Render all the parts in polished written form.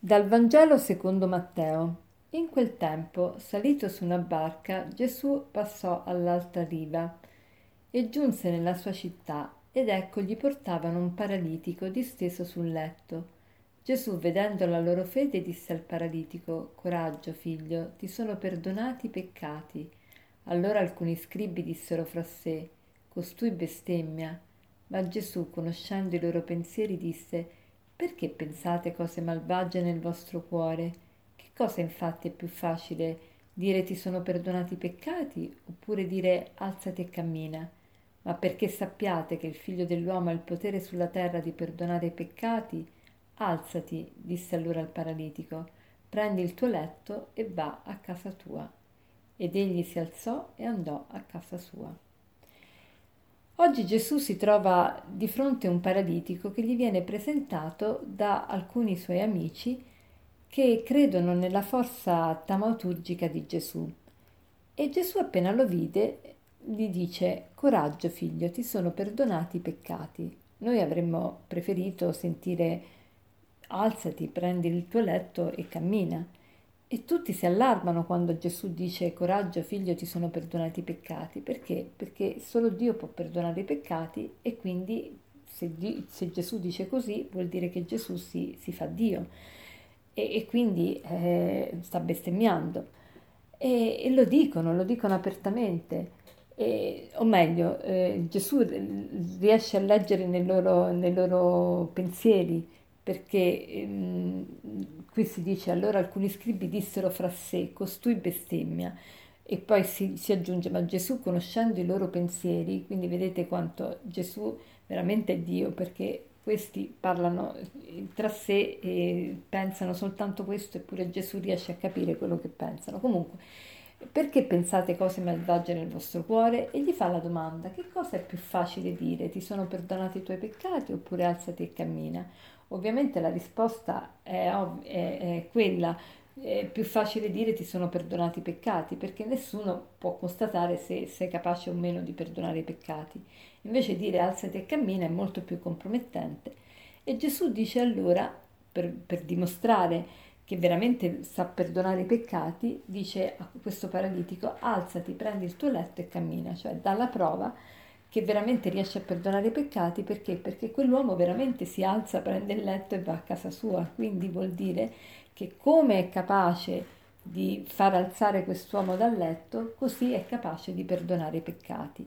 Dal Vangelo secondo Matteo. In quel tempo, salito su una barca, Gesù passò all'altra riva e giunse nella sua città, ed ecco gli portavano un paralitico disteso sul letto. Gesù, vedendo la loro fede, disse al paralitico: Coraggio, figlio, ti sono perdonati i peccati. Allora alcuni scribi dissero fra sé: Costui bestemmia. Ma Gesù, conoscendo i loro pensieri, disse: Perché pensate cose malvagie nel vostro cuore? Che cosa infatti è più facile, dire ti sono perdonati i peccati, oppure dire alzati e cammina? Ma perché sappiate che il Figlio dell'uomo ha il potere sulla terra di perdonare i peccati? Alzati, disse allora al paralitico, prendi il tuo letto e va a casa tua. Ed egli si alzò e andò a casa sua. Oggi Gesù si trova di fronte a un paralitico che gli viene presentato da alcuni suoi amici che credono nella forza taumaturgica di Gesù. E Gesù, appena lo vide, gli dice: Coraggio, figlio, ti sono perdonati i peccati. Noi avremmo preferito sentire: Alzati, prendi il tuo letto e cammina. E tutti si allarmano quando Gesù dice: Coraggio, figlio, ti sono perdonati i peccati. Perché? Perché solo Dio può perdonare i peccati, e quindi se Gesù dice così vuol dire che Gesù si fa Dio, e quindi sta bestemmiando. E lo dicono apertamente. O meglio, Gesù riesce a leggere nei loro pensieri, perché qui si dice: allora alcuni scribi dissero fra sé: costui bestemmia. E poi si aggiunge: ma Gesù, conoscendo i loro pensieri, quindi vedete quanto Gesù veramente è Dio, perché questi parlano tra sé e pensano soltanto questo, eppure Gesù riesce a capire quello che pensano. Comunque, perché pensate cose malvagie nel vostro cuore? E gli fa la domanda: che cosa è più facile dire? Ti sono perdonati i tuoi peccati, oppure alzati e cammina? Ovviamente la risposta è quella: è più facile dire ti sono perdonati i peccati, perché nessuno può constatare se sei capace o meno di perdonare i peccati. Invece dire alzati e cammina è molto più compromettente. E Gesù dice allora, per dimostrare che veramente sa perdonare i peccati, dice a questo paralitico: alzati, prendi il tuo letto e cammina, cioè dà la prova che veramente riesce a perdonare i peccati. Perché? Perché quell'uomo veramente si alza, prende il letto e va a casa sua. Quindi vuol dire che come è capace di far alzare quest'uomo dal letto, così è capace di perdonare i peccati.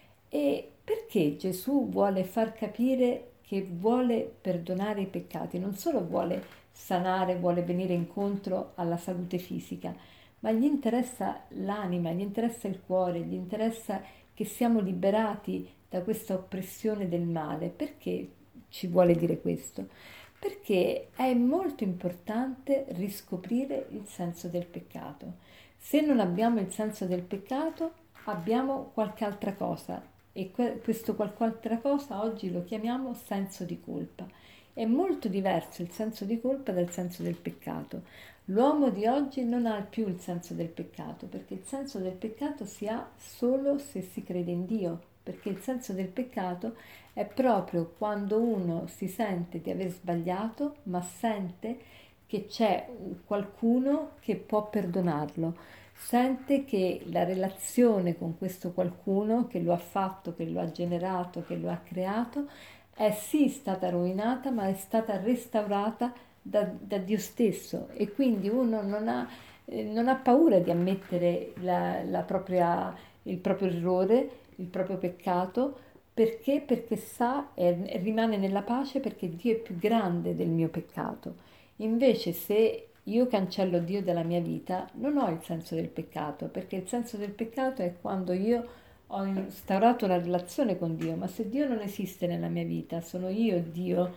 E perché Gesù vuole far capire che vuole perdonare i peccati? Non solo vuole sanare, vuole venire incontro alla salute fisica, ma gli interessa l'anima, gli interessa il cuore, gli interessa che siamo liberati da questa oppressione del male. Perché ci vuole dire questo? Perché è molto importante riscoprire il senso del peccato. Se non abbiamo il senso del peccato, abbiamo qualche altra cosa, e questo qualche altra cosa oggi lo chiamiamo senso di colpa. È molto diverso il senso di colpa dal senso del peccato. L'uomo di oggi non ha più il senso del peccato, perché il senso del peccato si ha solo se si crede in Dio, perché il senso del peccato è proprio quando uno si sente di aver sbagliato, ma sente che c'è qualcuno che può perdonarlo, sente che la relazione con questo qualcuno che lo ha fatto, che lo ha generato, che lo ha creato, è sì stata rovinata, ma è stata restaurata da Dio stesso, e quindi uno non ha paura di ammettere il proprio errore, il proprio peccato. Perché? Perché sa e rimane nella pace, perché Dio è più grande del mio peccato. Invece se io cancello Dio dalla mia vita, non ho il senso del peccato, perché il senso del peccato è quando io ho instaurato una relazione con Dio, ma se Dio non esiste nella mia vita, sono io Dio,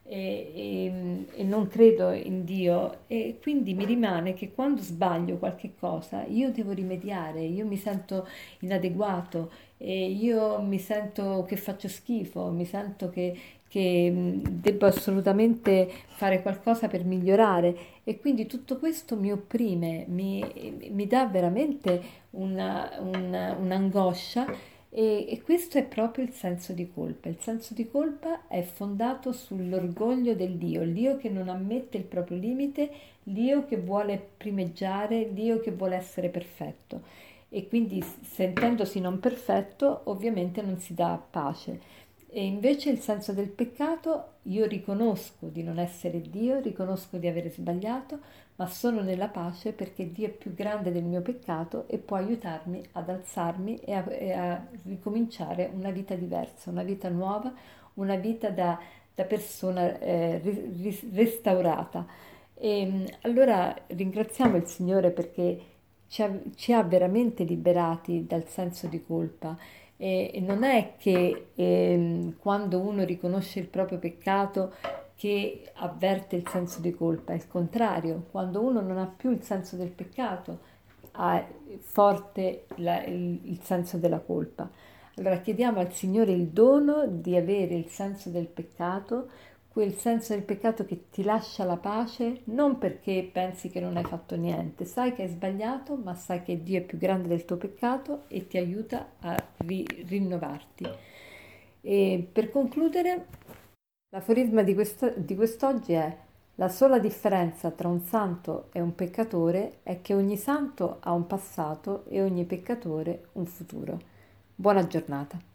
e non credo in Dio, e quindi mi rimane che quando sbaglio qualche cosa io devo rimediare, io mi sento inadeguato, e io mi sento che faccio schifo, mi sento che devo assolutamente fare qualcosa per migliorare, e quindi tutto questo mi opprime, mi dà veramente un'angoscia, E questo è proprio il senso di colpa. Il senso di colpa è fondato sull'orgoglio dell'io, l'io che non ammette il proprio limite, l'io che vuole primeggiare, l'io che vuole essere perfetto. E quindi sentendosi non perfetto, ovviamente non si dà pace. E invece il senso del peccato, io riconosco di non essere Dio, riconosco di aver sbagliato, ma sono nella pace perché Dio è più grande del mio peccato e può aiutarmi ad alzarmi e a ricominciare una vita diversa, una vita nuova, una vita da persona restaurata. E allora ringraziamo il Signore perché ci ha veramente liberati dal senso di colpa. E non è che quando uno riconosce il proprio peccato che avverte il senso di colpa, è il contrario, quando uno non ha più il senso del peccato, ha forte il senso della colpa. Allora chiediamo al Signore il dono di avere il senso del peccato, quel senso del peccato che ti lascia la pace, non perché pensi che non hai fatto niente, sai che hai sbagliato, ma sai che Dio è più grande del tuo peccato e ti aiuta a rinnovarti. E per concludere, l'aforisma di quest'oggi è: la sola differenza tra un santo e un peccatore è che ogni santo ha un passato e ogni peccatore un futuro. Buona giornata.